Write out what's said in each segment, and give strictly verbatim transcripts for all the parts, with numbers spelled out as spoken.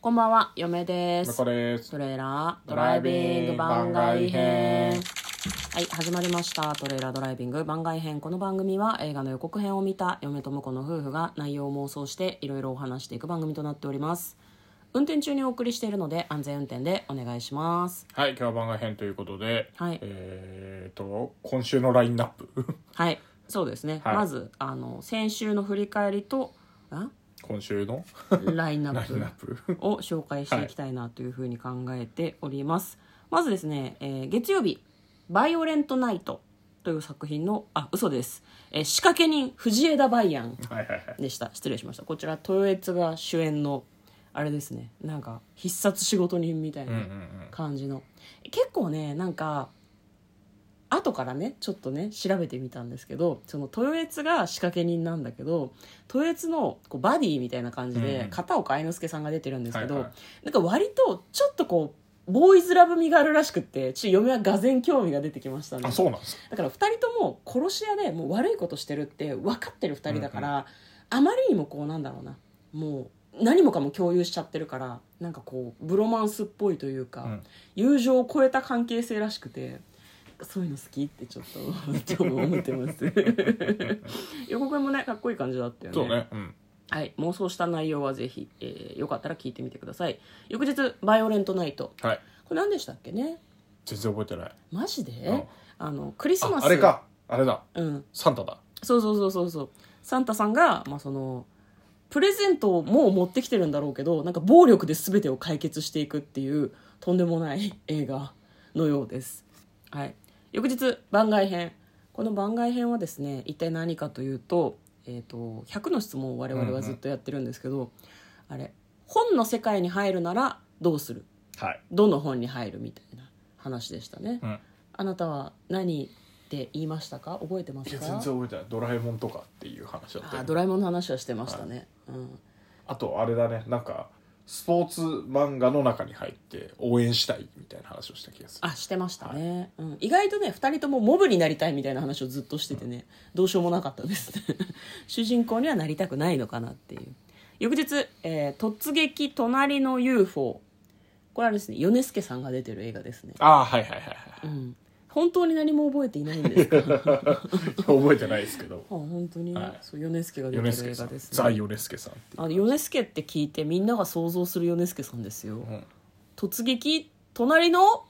こんばんは、嫁です。 中です。 トレーラードライビング番外編。はい、始まりました。トレーラードライビング番外編。この番組は映画の予告編を見た嫁と婿の夫婦が内容を妄想していろいろお話していく番組となっております。運転中にお送りしているので安全運転でお願いします。 はい、今日は番外編ということで、 はい、 えーと今週のラインナップはいそうですね、はい、まずあの先週の振り返りとあ今週のラインナップを紹介していきたいなというふうに考えております、はい、まずですね、えー、月曜日バイオレントナイトという作品のあ嘘です、えー、仕掛け人藤枝梅安でした、はいはいはい、失礼しました。こちら豊悦が主演のあれですね、なんか必殺仕事人みたいな感じの、うんうんうん、結構ねなんか後からねちょっとね調べてみたんですけど、その豊悦が仕掛け人なんだけど、豊悦のこうバディみたいな感じで片岡愛之助さんが出てるんですけど、はいはい、なんか割とちょっとこうボーイズラブ味があるらしくって、ちょっと嫁はがぜん興味が出てきましたね。 あ、そうなんですか。 だからふたりとも殺し屋でもう悪いことしてるって分かってるふたりだから、うんうん、あまりにもこうなんだろうな、もう何もかも共有しちゃってるから、なんかこうブロマンスっぽいというか、うん、友情を超えた関係性らしくて、そういうの好きってちょっとちょっと思ってます予告編もねかっこいい感じだったよね。 そうね、うん、 はい、妄想した内容はぜひ、えー、よかったら聞いてみてください。翌日バイオレントナイト、はい、これ何でしたっけね。 全然覚えてない。 マジで、うん、あのクリスマスあ, あれかあれだ、 うん、 サンタだ。 そうそうそうそうそう、サンタさんが、まあ、そのプレゼントをもう持ってきてるんだろうけど、なんか暴力で全てを解決していくっていうとんでもない映画のようです。はい、翌日番外編。この番外編はですね一体何かというと、えーと、ひゃくの質問を我々はずっとやってるんですけど、うんうん、あれ本の世界に入るならどうする、はい、どの本に入るみたいな話でしたね、うん、あなたは何って言いましたか？覚えてますか？ いや全然覚えてない。ドラえもんとかっていう話だった、ね、 あドラえもんの話はしてましたね、はい、うん、 あとあれだね、なんかスポーツ漫画の中に入って応援したいみたいな話をした気がする。 あ、してましたね、はい、うん、意外とねふたりともモブになりたいみたいな話をずっとしててね、うん、どうしようもなかったです主人公にはなりたくないのかなっていう。翌日、えー、突撃隣の ユーフォー。 これはですね米助さんが出てる映画ですね。 あ、はいはいはいはい、うん、 本当に何も覚えていないんですか覚えてないですけど。 あ、本当に、はい、そう米助が出てる映画ですね。 ザ・米助さんってあの米助って聞いてみんなが想像する米助さんですよ、うん、突撃隣の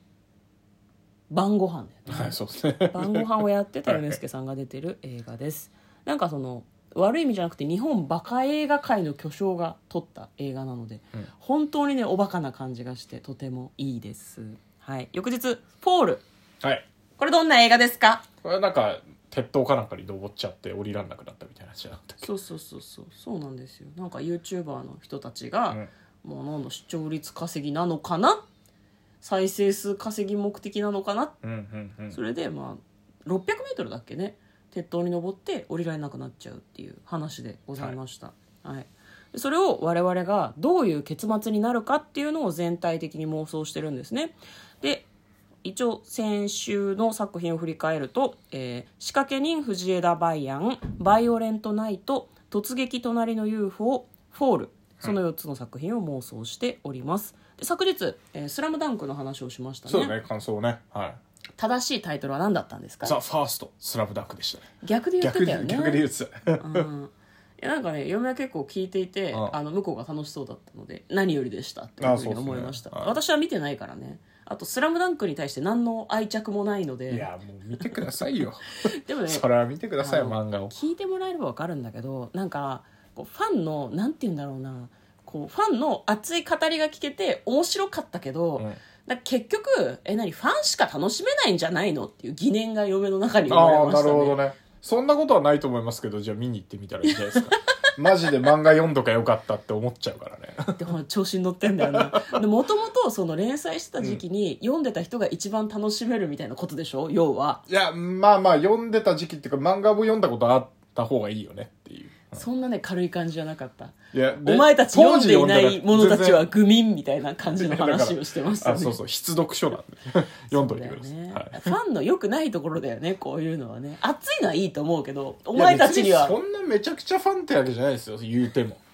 晩ご飯だよね、はい、そうですね晩ご飯をやってた米助さんが出てる映画です、はい、なんかその悪い意味じゃなくて日本バカ映画界の巨匠が撮った映画なので、うん、本当にねおバカな感じがしてとてもいいです、はい、翌日フォール、はい、これどんな映画ですか？ これなんか鉄塔かなんかに登っちゃって降りらんなくなったみたいな話じゃなかったっけ？ そうそうそうそうそうなんですよ。なんか YouTuber の人たちが、うん、もうなんだ視聴率稼ぎなのかな、再生数稼ぎ目的なのかな、うんうんうん、それでまあろっぴゃくメートルだっけね、鉄塔に登って降りられなくなっちゃうっていう話でございました、はいはい、それを我々がどういう結末になるかっていうのを全体的に妄想してるんですね。で一応先週の作品を振り返ると、えー、仕掛け人藤枝梅安、バイオレントナイト、突撃隣の ユーフォー、フォール、そのよっつの作品を妄想しております。で昨日、えー、スラムダンクの話をしましたね。 そうね、感想ね、はい、 正しいタイトルは何だったんですか？ ザ・ファーストスラムダンクでしたね。 逆で言ってたよね。 逆で言ってた、うん、 いやなんかね嫁は結構聞いていて、ああの向こうが楽しそうだったので何よりでしたっていうふうに思いました、ね、私は見てないからね。あとスラムダンクに対して何の愛着もないので。 いやもう見てくださいよでもねそれは見てくださいよ漫画を。 聞いてもらえれば分かるんだけど、なんかこうファンのなんて言うんだろうな、こうファンの熱い語りが聞けて面白かったけど、うん、だ結局え何ファンしか楽しめないんじゃないのっていう疑念が嫁の中に生まれましたね。 ああなるほどね。そんなことはないと思いますけど、じゃあ見に行ってみたらいいじゃないですかマジで漫画読んどかよかったって思っちゃうからねでも調子に乗ってんだよな。もともとその連載してた時期に読んでた人が一番楽しめるみたいなことでしょ、要は。 いやまあまあ読んでた時期っていうか漫画も読んだことあった方がいいよねっていう、 うん、そんなね軽い感じじゃなかった。いやお前たち読んでいない者たちは愚民みたいな感じの話をしてましたね。 あそうそう必読書なんで読んどいてください、 ね、はい、ファンの良くないところだよねこういうのはね。熱いのはいいと思うけどお前たちにはそんなめちゃくちゃファンってわけじゃないですよ言うても。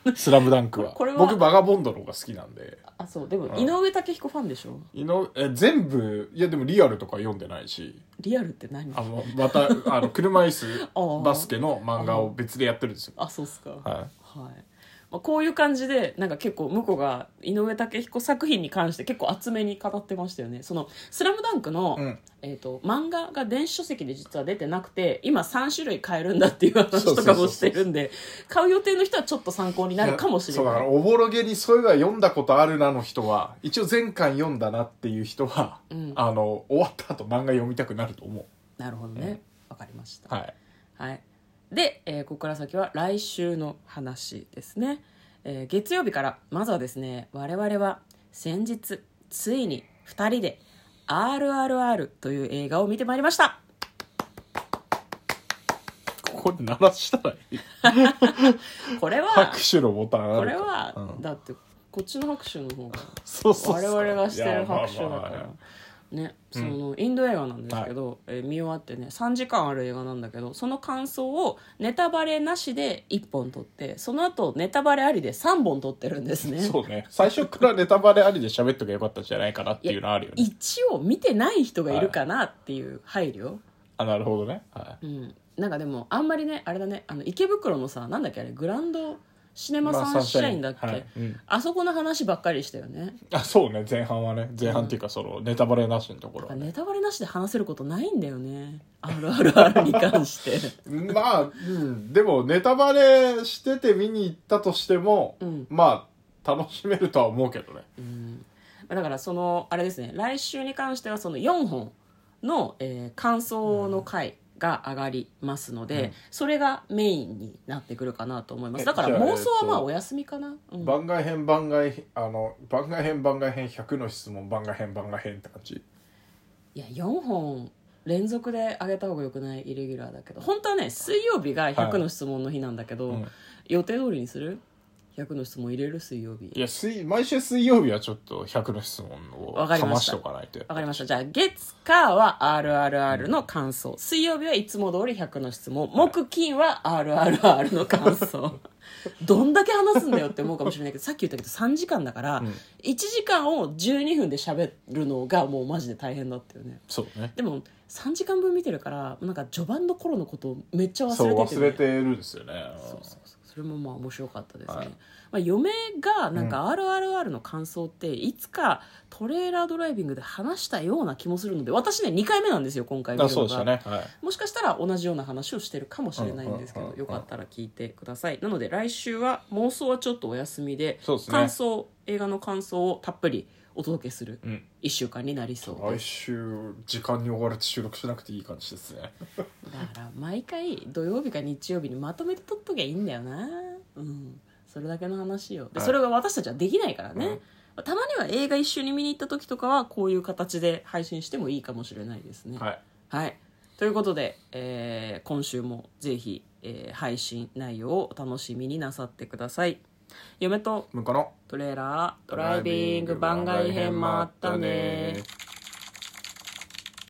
スラムダンクはこれは僕バガボンドの方が好きなんで。 あ、そう。でも、 うん井上武彦ファンでしょ？ いのえ全部いやでもリアルとか読んでないし、 リアルって何？ あのまたあの車椅子あーバスケの漫画を別でやってるんですよ。 あ、そうっすか。 はいはい。まあ、こういう感じで、なんか結構向こうが井上武彦作品に関して結構厚めに語ってましたよね。その、スラムダンクの、 うんえっ、と、漫画が電子書籍で実は出てなくて、今さん種類買えるんだっていう話とかそうそうそうそうもしてるんで、買う予定の人はちょっと参考になるかもしれそうだからない。 おぼろげにそういうのは読んだことあるなの人は一応前巻読んだなっていう人は、 うんあの終わった後漫画読みたくなると思なるほどね。わかりました。 う。はい。 はい。で、えーここから先は来週の話ですね。えー月曜日からまずはですね、我々は先日ついにふたりで アールアールアール という映画を見てまいりました。 これ鳴らしたらいいこれは拍手のボタンあるかこれは、 うんだってこっちの拍手の方がそうそうそう我々がしてる拍手だからいやまあまあまね、そのインド映画なんですけど、えー見終わってねさんじかんある映画なんだけど、その感想をネタバレなしでいっぽん撮って、その後ネタバレありでさんぼん撮ってるんですね。 そうね、最初からネタバレありで喋っとけばよかったんじゃないかなっていうのはあるよね。 一応見てない人がいるかなっていう配慮、 あ、なるほどね。はうん、なんかでもあんまりねあれだね、あの池袋のさなんだっけあれグランドシネマまあサンシャインだっけ、 サンシャインはいうんあそこの話ばっかりしたよね。 い。あ、そうね、前半はね、前半っていうかそのネタバレなしのところはね。 ネタバレなしで話せることないんだよね アールアールアール に関してまあ、うん、でもネタバレしてて見に行ったとしても、 うんまあ楽しめるとは思うけどね。 うんだからそのあれですね、来週に関してはそのよんほんの、えー感想の回が上がりますので、 うんそれがメインになってくるかなと思います。 えだからじゃあ妄想はまあえっとお休みかな、うん番外編番外編あの番外編番外編ひゃくの質問番外編番外編って感じ。 いやよんほん連続で上げた方がよくない？イレギュラーだけど本当はね水曜日がひゃくの質問の日なんだけど、 うん予定通りにする？ひゃくの質問入れる？水曜日いや水毎週水曜日はちょっとひゃくの質問をわかりかましましたとかないと。 わかりました。じゃあ月火は アールアールアール の感想、水曜日はいつも通りひゃくの質問、木金は アールアールアール の感想どんだけ話すんだよって思うかもしれないけど、さっき言ったけどさんじかんだから、 うんいちじかんをじゅうにふんで喋るのがもうマジで大変だったよね。 そうね。 でもさんじかんぶん見てるからなんか序盤の頃のことをめっちゃ忘れてて、 そうね、 忘れてるんですよね。 そうそうそうそれもまあ面白かったですね、 はいまあ、嫁がなんか アールアールアール の感想っていつかトレーラードライビングで話したような気もするので、私ねにかいめなんですよ今回見るあ、そうのが、 でしたね。はい。 もしかしたら同じような話をしてるかもしれないんですけど、 うんうんうんうんよかったら聞いてください。なので来週は妄想はちょっとお休みで、 そうですね感想映画の感想をたっぷりお届けするうん。 いっしゅうかんになりそうで来す。 週時間に追われて収録しなくていい感じですね。 だから毎回土曜日か日曜日にまとめて撮っときゃいいんだよな。うんそれだけの話よ。で、 はいそれが私たちはできないからね、 うんたまには映画一緒に見に行った時とかはこういう形で配信してもいいかもしれないですね。 はい。 はい、ということで、えー今週もぜひ、えー配信内容をお楽しみになさってください。嫁と向こうのトレーラードライビング番外編もあったね。